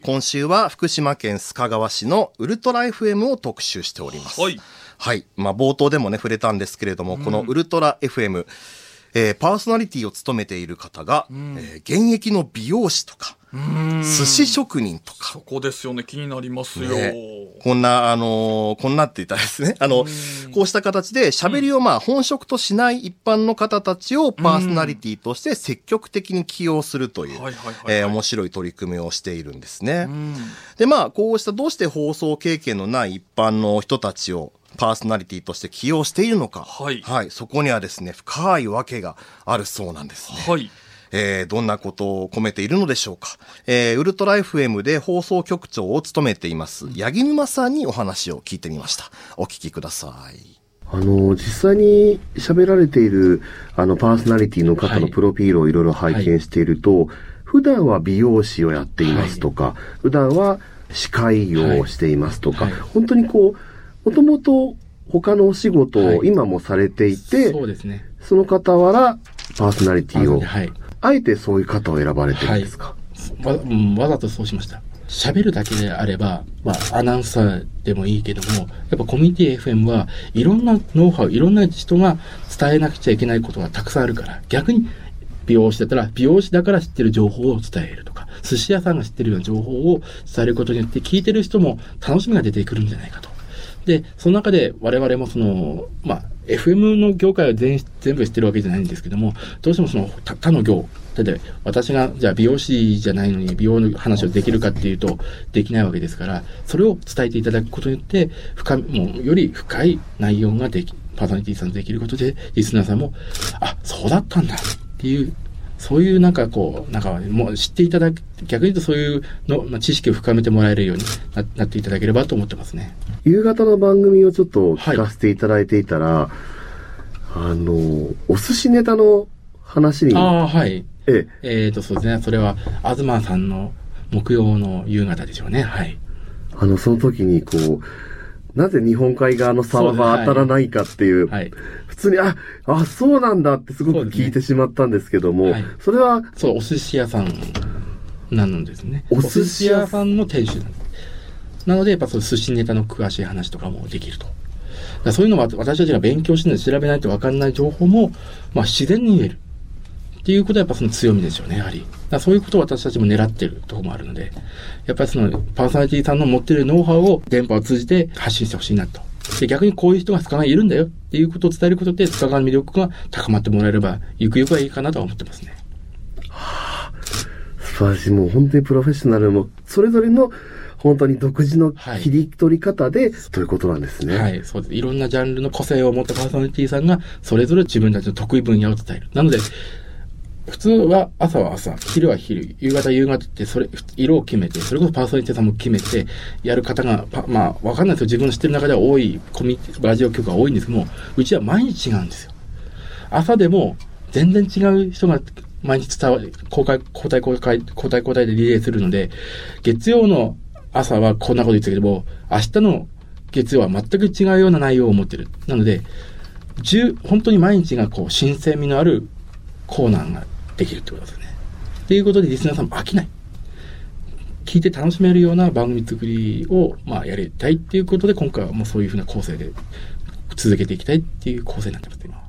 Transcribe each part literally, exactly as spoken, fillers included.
今週は福島県須賀川市のウルトラ エフエム を特集しております。 はい。 はい。まあ、冒頭でもね、触れたんですけれども、うん、このウルトラ エフエム、えー、パーソナリティを務めている方が、うん、えー、現役の美容師とか、寿司職人とか。 そこですよね、気になりますよ。 ね、こんな、あのー、こんなって言ったらですね、あの、こうした形で喋りをまあ本職としない一般の方たちをパーソナリティとして積極的に起用するという、面白い取り組みをしているんですね。で、まあ、こうしたどうして放送経験のない一般の人たちをパーソナリティとして起用しているのか。はい。はい。そこにはですね、深いわけがあるそうなんですね。はい。えー、どんなことを込めているのでしょうか。えー、ウルトラ エフエム で放送局長を務めています八木沼さんにお話を聞いてみました。お聞きください。 あの実際に喋られているあのパーソナリティの方のプロフィールをいろいろ拝見していると、はいはい、普段は美容師をやっていますとか、はい、普段は歯科医をしていますとか、はいはい、本当にこうもともと他のお仕事を今もされていて、はい、そうですね、その傍らパーソナリティを、はい、あえてそういう方を選ばれてるんですか？ はい、わ, うん、わざとそうしました。喋るだけであれば、まあ、アナウンサーでもいいけども、やっぱコミュニティ エフエム はいろんなノウハウ、いろんな人が伝えなくちゃいけないことがたくさんあるから、逆に美容師だったら、美容師だから知ってる情報を伝えるとか、寿司屋さんが知ってるような情報を伝えることによって、聞いてる人も楽しみが出てくるんじゃないかと。で、その中で我々もその、まあ、エフエム の業界を全全部知ってるわけじゃないんですけども、どうしてもその他他の業、例えば私がじゃあ美容師じゃないのに美容の話をできるかっていうとできないわけですから、それを伝えていただくことによって深もうより深い内容ができパーソナリティさんできることで、リスナーさんもあ、そうだったんだっていう、そういうなんかこうなんかもう知っていただく、逆に言うとそういうの、まあ、知識を深めてもらえるように な, なっていただければと思ってますね。 夕方の番組をちょっと聞かせていただいていたら、はい、あのお寿司ネタの話に、 ああ、はい、えええーとそうですね、それは東さんの木曜の夕方でしょうね。はい。 あのその時にこうなぜ日本海側の沢が当たらないかっていう、はい、普通にああそうなんだってすごく聞いてしまったんですけども、そ、ねはい、それはそうお寿司屋さんなんですね。お寿司屋さんの店主なんです。なのでやっぱその寿司ネタの詳しい話とかもできると。だそういうのは私たちが勉強しないと調べないと分かんない情報も、まあ、自然に言えるっていうことはやっぱその強みですよね、やはり。だそういうことを私たちも狙っているところもあるので、やっぱりそのパーソナリティさんの持っているノウハウを電波を通じて発信してほしいなと。で逆にこういう人が須賀川にいるんだよっていうことを伝えることで須賀川の魅力が高まってもらえればゆくゆくはいいかなとは思ってますね。 はあ、素晴らしい。もう本当にプロフェッショナルもそれぞれの本当に独自の切り取り方で、はい、ということなんですね。 はい、そうです。いろんなジャンルの個性を持ったパーソナリティさんがそれぞれ自分たちの得意分野を伝える。なので普通は朝は朝、昼は昼、夕方は夕方ってそれ色を決めて、それこそパーソナリティさんも決めてやる方がまあわかんないですよ。自分の知ってる中では多いコミラジオ局が多いんですけども、うちは毎日違うんですよ。朝でも全然違う人が毎日伝わる、交代交代交代交代交代でリレーするので、月曜の朝はこんなこと言ってたけども、明日の月曜は全く違うような内容を持ってる。なので、本当に毎日がこう新鮮味のあるコーナーができるってことですね。っていうことでリスナーさんも飽きない。聞いて楽しめるような番組作りをまあやりたいっていうことで、今回はもうそういうふうな構成で続けていきたいっていう構成になってます、今。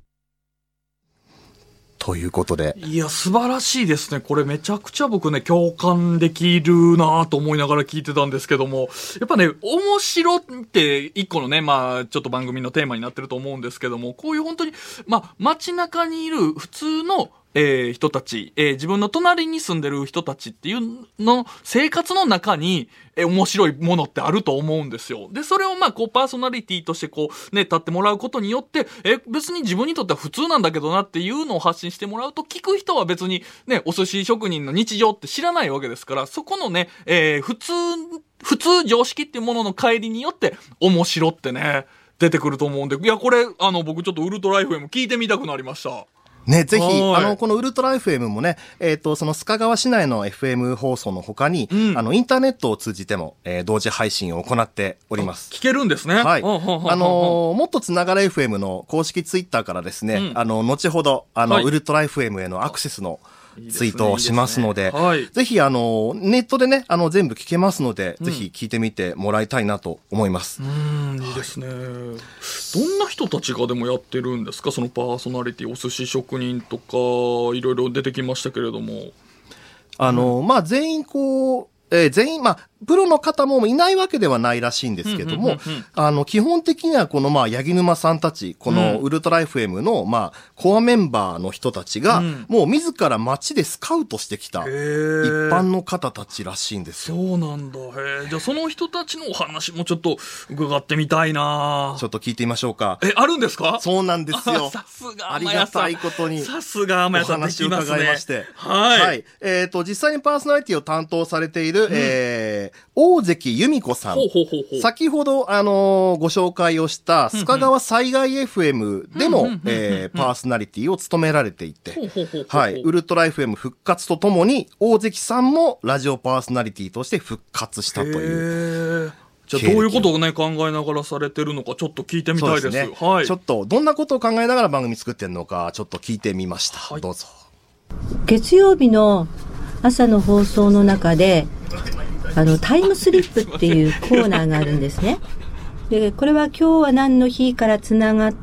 ということで。 いや、素晴らしいですね。これめちゃくちゃ僕ね、共感できるなと思いながら聞いてたんですけども、やっぱね、面白って一個のね、まあ、ちょっと番組のテーマになってると思うんですけども、こういう本当に、まあ、街中にいる普通のえー、人たち、えー、自分の隣に住んでる人たちっていうの生活の中に、えー、面白いものってあると思うんですよ。で、それをまあ、こう、パーソナリティとしてこう、ね、立ってもらうことによって、えー、別に自分にとっては普通なんだけどなっていうのを発信してもらうと、聞く人は別にね、お寿司職人の日常って知らないわけですから、そこのね、えー、普通、普通常識っていうものの乖離によって、面白ってね、出てくると思うんで、いや、これ、あの、僕ちょっとウルトラ エフエム 聞いてみたくなりました。 ね、ぜひ、あの、このウルトラ エフエム もね、えっと、その須賀川市内の エフエム 放送の他に、うん、あの、インターネットを通じても、えー、同時配信を行っております。 聞けるんですね。 はい。あのー、もっとつながれ エフエム の公式ツイッターからですね、うん、あの、後ほど、あの、はい、ウルトラ エフエム へのアクセスのツイートをしますので、 いいですねはい、 ぜひあの、ネットでね、あの、全部聞けますので、 うん、 ぜひ聞いてみてもらいたいなと思います。 うん、いいですね、はい。どんな人たちがでもやってるんですか、そのパーソナリティ、お寿司職人とか、いろいろ出てきましたけれども。 あの、うん、まあ、全員こう、えー、全員、まあ、プロの方もいないわけではないらしいんですけども、うんうんうんうん、あの、基本的にはこの、まあ、八木沼さんたち、このウルトラ エフエム の、まあ、コアメンバーの人たちが、うん、もう自ら街でスカウトしてきた、一般の方たちらしいんですよ。 そうなんだ。へえ。じゃあ、その人たちのお話もちょっと伺ってみたいな。 ちょっと聞いてみましょうか。 え、あるんですか？ そうなんですよ。 さすが、 ありがたいことに。 さすが、天谷さん、お話を伺いまして。 はい。はい。えっと、実際にパーソナリティを担当されている、うん、えー、大関由美子さん。 ほうほうほうほう。 先ほど、あのー、ご紹介をした須賀川災害 エフエム でも、えー、パーソナリティを務められていて、はい。ウルトラ エフエム 復活とともに、大関さんもラジオパーソナリティとして復活したという。 じゃあどういうことをね、考えながらされてるのか、ちょっと聞いてみたいです。 ね、 はい。 ちょっと、どんなことを考えながら番組作ってるのか、ちょっと聞いてみました。はい、どうぞ。 月曜日の朝の放送の中で、あのタイムスリップっていうコーナーがあるんですね。でこれは今日は何の日からつながって、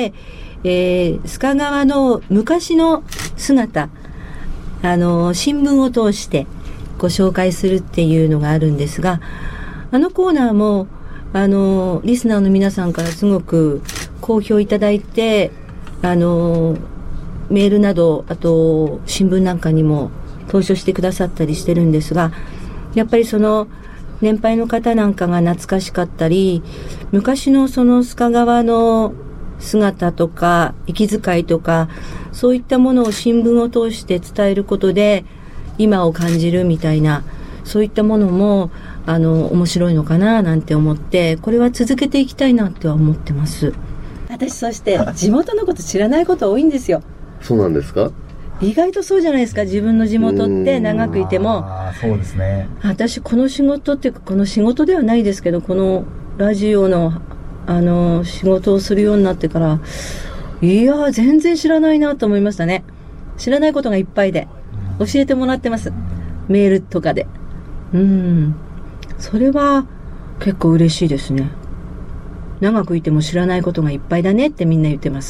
えー、須賀川の昔の姿、あの新聞を通してご紹介するっていうのがあるんですが、あのコーナーもあのリスナーの皆さんからすごく好評いただいて、あのメールなど、あと新聞なんかにも投書してくださったりしてるんですが、やっぱりその年配の方なんかが懐かしかったり、昔のその須賀川の姿とか息遣いとか、そういったものを新聞を通して伝えることで今を感じるみたいな、そういったものもあの面白いのかななんて思って、これは続けていきたいなっては思ってます。私そして地元のこと知らないこと多いんですよ。 そうなんですか？ 意外とそうじゃないですか。自分の地元って長くいても、 あ、そうですね。 私この仕事っていうか、この仕事ではないですけど、このラジオのあの仕事をするようになってから、いや全然知らないなと思いましたね。知らないことがいっぱいで教えてもらってます、メールとかで。うん、それは結構嬉しいですね。長くいても知らないことがいっぱいだねってみんな言ってます。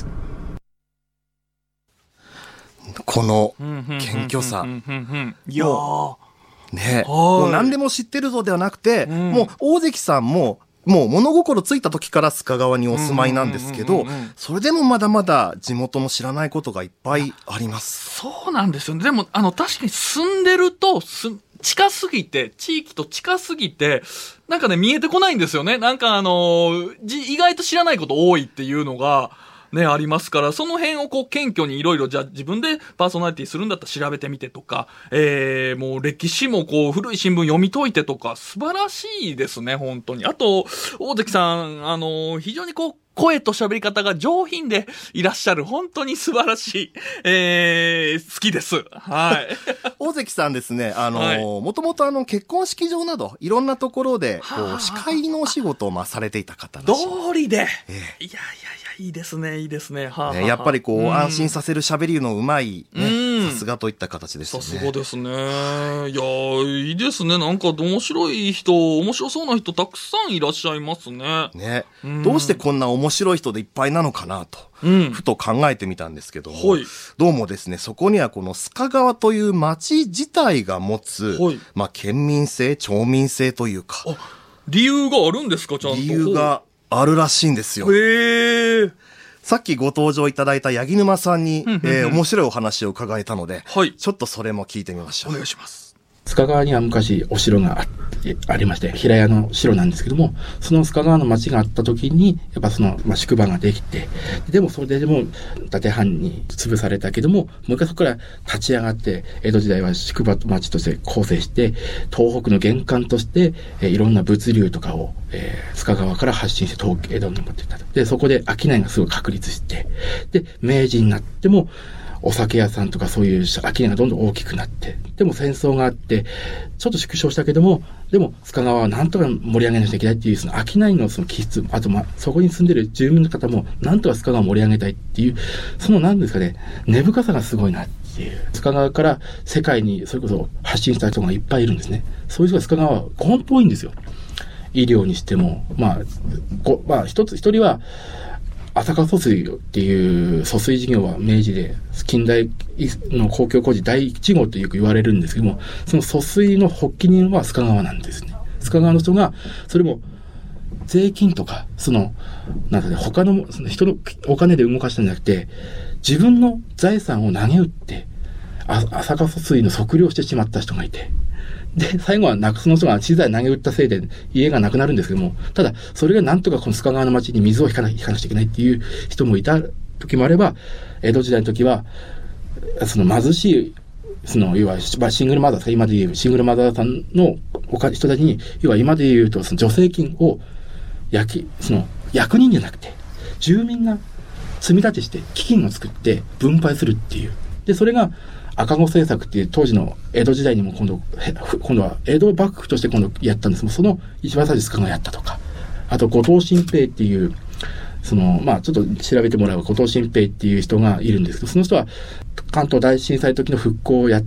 この謙虚さ。 いやー。 ね、もう何でも知ってるぞではなくて、うん、もう大関さんも、もう物心ついた時から須賀川にお住まいなんですけど、それでもまだまだ地元の知らないことがいっぱいあります。 そうなんですよね。でも、あの、確かに住んでると、す、近すぎて、地域と近すぎて、なんかね、見えてこないんですよね。なんかあの、じ、意外と知らないこと多いっていうのが、ね、ありますから、その辺をこう謙虚にいろいろじゃあ自分でパーソナリティするんだったら調べてみてとか、えー、もう歴史もこう古い新聞読み解いてとか、素晴らしいですね、本当に。あと、大関さん、あの、非常にこう、声と喋り方が上品でいらっしゃる。本当に素晴らしい。えー、好きです。はい。 大関さんですね、あの、はい、もともとあの、結婚式場など、いろんなところで、こう、司会のお仕事をまあされていた方らしい。 道理で。えー、いやいやいや、いいですね、いいですね。はあはあ、 ね、やっぱりこう、うん、安心させる喋りのうまい、ね、さすがといった形ですよね。 さすがですね。いや、いいですね。なんか面白い人、面白そうな人たくさんいらっしゃいますね。 ね。うん、どうしてこんな面白い人でいっぱいなのかなと、うん、ふと考えてみたんですけども、はい、どうもですね、そこにはこの須賀川という町自体が持つ、はい、まあ県民性、町民性というか。 あ、理由があるんですか、ちゃんと。 理由があるらしいんですよ。 へー。 さっきご登場いただいた八木沼さんに、うんうんうん、えー、面白いお話を伺えたので、はい、ちょっとそれも聞いてみましょう。 お願いします。 須賀川には昔お城があって、ありまして、平屋の城なんですけども、その須賀川の町があった時に、やっぱその、まあ、宿場ができて、でもそれででも、伊達藩に潰されたけども、もう一回そこから立ち上がって、江戸時代は宿場町として構成して、東北の玄関として、えー、いろんな物流とかを、えー、須賀川から発信して東江戸に持っていったと。で、そこで商いがすごい確立して、で、明治になっても、お酒屋さんとかそういう商いがどんどん大きくなって、でも戦争があって、ちょっと縮小したけども、でも須賀川はなんとか盛り上げなきゃいけないっていう、その商いのその気質、あとまあ、そこに住んでる住民の方も、なんとか須賀川を盛り上げたいっていう、そのなんですかね、根深さがすごいなっっていう。須賀川から世界にそれこそ発信した人がいっぱいいるんですね。そういう人が須賀川は本当多いんですよ。医療にしても、まあ、こまあ、一つ、一人は、朝霞疎水っていう疎水事業は明治で近代の公共工事第一号とよく言われるんですけども、その疎水の発起人は須賀川なんですね。須賀川の人が、それも税金とか、その、なんかね、他の、その人のお金で動かしたんじゃなくて、自分の財産を投げ打って、あ朝霞疎水の測量してしまった人がいて、で、最後はなくその人が資材投げ打ったせいで家がなくなるんですけども、ただ、それがなんとかこの須賀川の町に水を引かな引かなきゃいけないっていう人もいた時もあれば、江戸時代の時は、その貧しい、その、要は、シングルマザーとか、今で言うシングルマザーさんのおか人たちに、要は今で言うと、その助成金を、焼き、その、役人じゃなくて、住民が積み立てして、基金を作って分配するっていう。で、それが、赤子政策っていう当時の江戸時代にも今度、今度は江戸幕府として今度やったんですけど、その一番最初須賀がやったとか、あと後藤新平っていう、その、まあちょっと調べてもらう後藤新平っていう人がいるんですけど、その人は関東大震災時の復興をやって、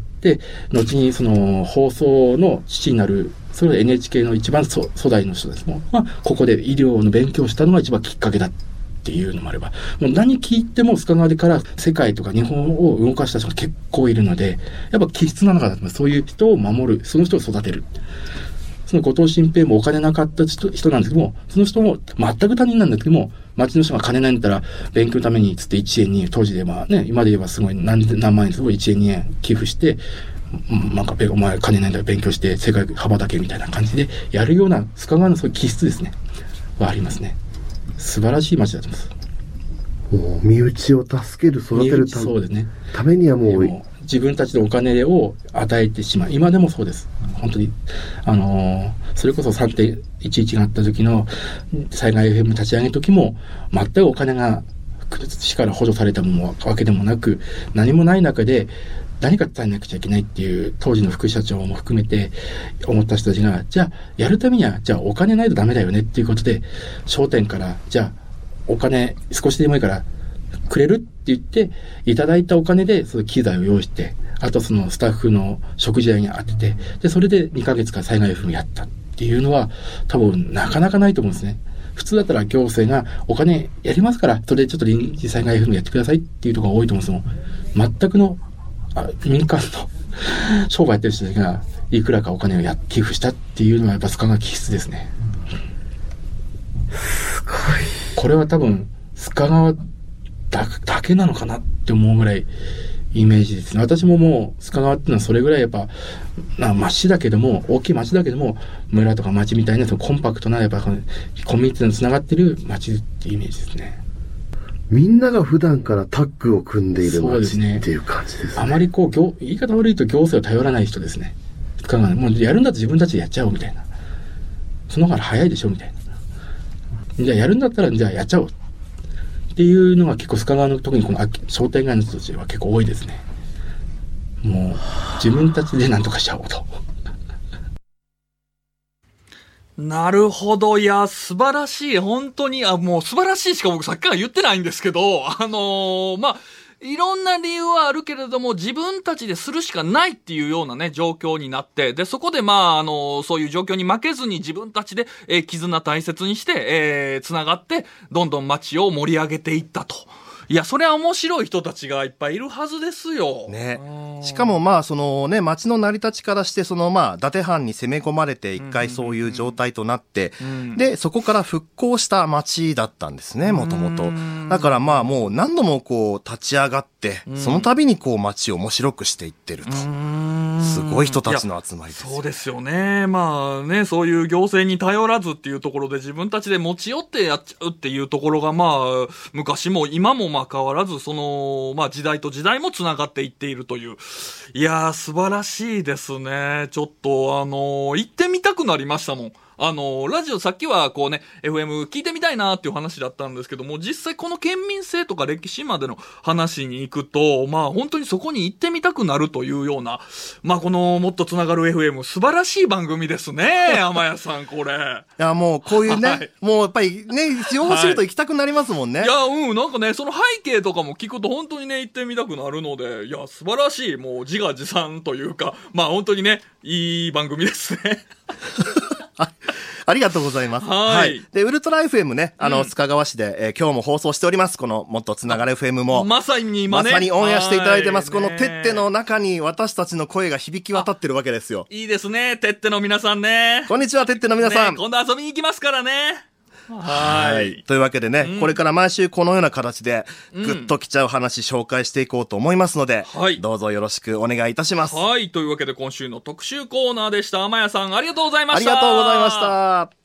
後にその放送の父になる、それは エヌエイチケー の一番初代の人ですもん。まあ、ここで医療の勉強をしたのが一番きっかけだっていうのもあれば、もう何聞いても須賀川から世界とか日本を動かした人が結構いるので、やっぱ気質なのかなと思います。そういう人を守る、その人を育てる。その後藤新平もお金なかった人なんですけども、その人も全く他人なんだけども、町の人が金ないんだったら、勉強のためにつっていちえんに、当時でまあね、今で言えばすごい何何万円すごいいちえんにえん寄付して、なんかお前金ないんだら勉強して世界羽ばたけみたいな感じでやるような須賀川のそういう気質ですね。はありますね。素晴らしい町だと思います。 もう身内を助ける、育てるため、 そうですね、 ためにはもう、 もう自分たちでお金を与えてしまう。今でもそうです。本当に。あのー、それこそ さんてんいちいち があった時の災害 エフエム 立ち上げ時も、全くお金が市から補助されたものわけでもなく、何もない中で何か伝えなくちゃいけないっていう当時の副社長も含めて思った人たちが、じゃあやるためには、じゃあお金ないとダメだよねっていうことで、商店から、じゃあお金少しでもいいからくれるって言って、いただいたお金でその機材を用意して、あとそのスタッフの食事代に当てて、で、それでにかげつかん災害 エフエム やったっていうのは多分なかなかないと思うんですね。普通だったら行政がお金やりますから、それでちょっと臨時災害 エフエム やってくださいっていうところが多いと思うんですよ。全くのあ民間の商売やってる人たちがいくらかお金をや寄付したっていうのはやっぱ須賀川気質ですね。 すごい。 これは多分須賀川だ, だけなのかなって思うぐらいイメージですね。私ももう須賀川っていうのはそれぐらいやっぱな町だけども、大きい町だけども、村とか町みたいなそのコンパクトなやっぱコミュニティのつながってる町っていうイメージですね。 みんなが普段からタッグを組んでいる町っていう感じですね。 あまりこう行言い方悪いと行政を頼らない人ですね。須賀川もうやるんだと自分たちでやっちゃおうみたいな。その方が早いでしょみたいな。じゃあやるんだったらじゃあやっちゃおうっていうのが結構須賀川の特にこの商店街の人たちは結構多いですね。もう自分たちで何とかしちゃおうと。 なるほど。いや、素晴らしい。本当に、あ、もう素晴らしいしか僕さっきから言ってないんですけど、あのー、まあ、いろんな理由はあるけれども、自分たちでするしかないっていうようなね、状況になって、で、そこでまあ、あの、そういう状況に負けずに自分たちで、えー、絆大切にして、えー、つながって、どんどん街を盛り上げていったと。いや、それは面白い人たちがいっぱいいるはずですよ。 ね。しかもまあ、そのね、町の成り立ちからして、そのまあ、伊達藩に攻め込まれて一回そういう状態となって、で、そこから復興した町だったんですね、もともと。だからまあ、もう何度もこう、立ち上がって、その度にこう、町を面白くしていってると。すごい人たちの集まりですよ。 そうですよね。まあね、そういう行政に頼らずっていうところで自分たちで持ち寄ってやっちゃうっていうところがまあ、昔も今もまあ変わらず、その、まあ時代と時代もつながっていっているという。いやー、素晴らしいですね。ちょっとあのー、行ってみたくなりましたもん。 あの、ラジオさっきはこうね、エフエム 聞いてみたいなっていう話だったんですけども、実際この県民性とか歴史までの話に行くと、まあ本当にそこに行ってみたくなるというような、まあこのもっとつながる エフエム、素晴らしい番組ですね、天谷さん、これ。 いや、もうこういうね、 はい、 もうやっぱりね、情報知ると行きたくなりますもんね。 はい、いや、うん、なんかね、その背景とかも聞くと本当にね、行ってみたくなるので、いや、素晴らしい、もう自画自賛というか、まあ本当にね、いい番組ですね。 あ, ありがとうございます。 はい。はい、 で、ウルトラ エフエム ね、あの、うん、須賀川市で、えー、今日も放送しております。この、もっとつながる エフエム も。 まさに今ね。 まさにオンエアしていただいてます。このてっての中に私たちの声が響き渡ってるわけですよ。 いいですね、てっての皆さんね。 こんにちは、てっての皆さん。 ね、今度遊びに行きますからね。 はい。というわけでね、うん、これから毎週このような形で、ぐっときちゃう話紹介していこうと思いますので、はい、どうぞよろしくお願いいたします。 はい。というわけで今週の特集コーナーでした。天谷さん、ありがとうございました。 ありがとうございました。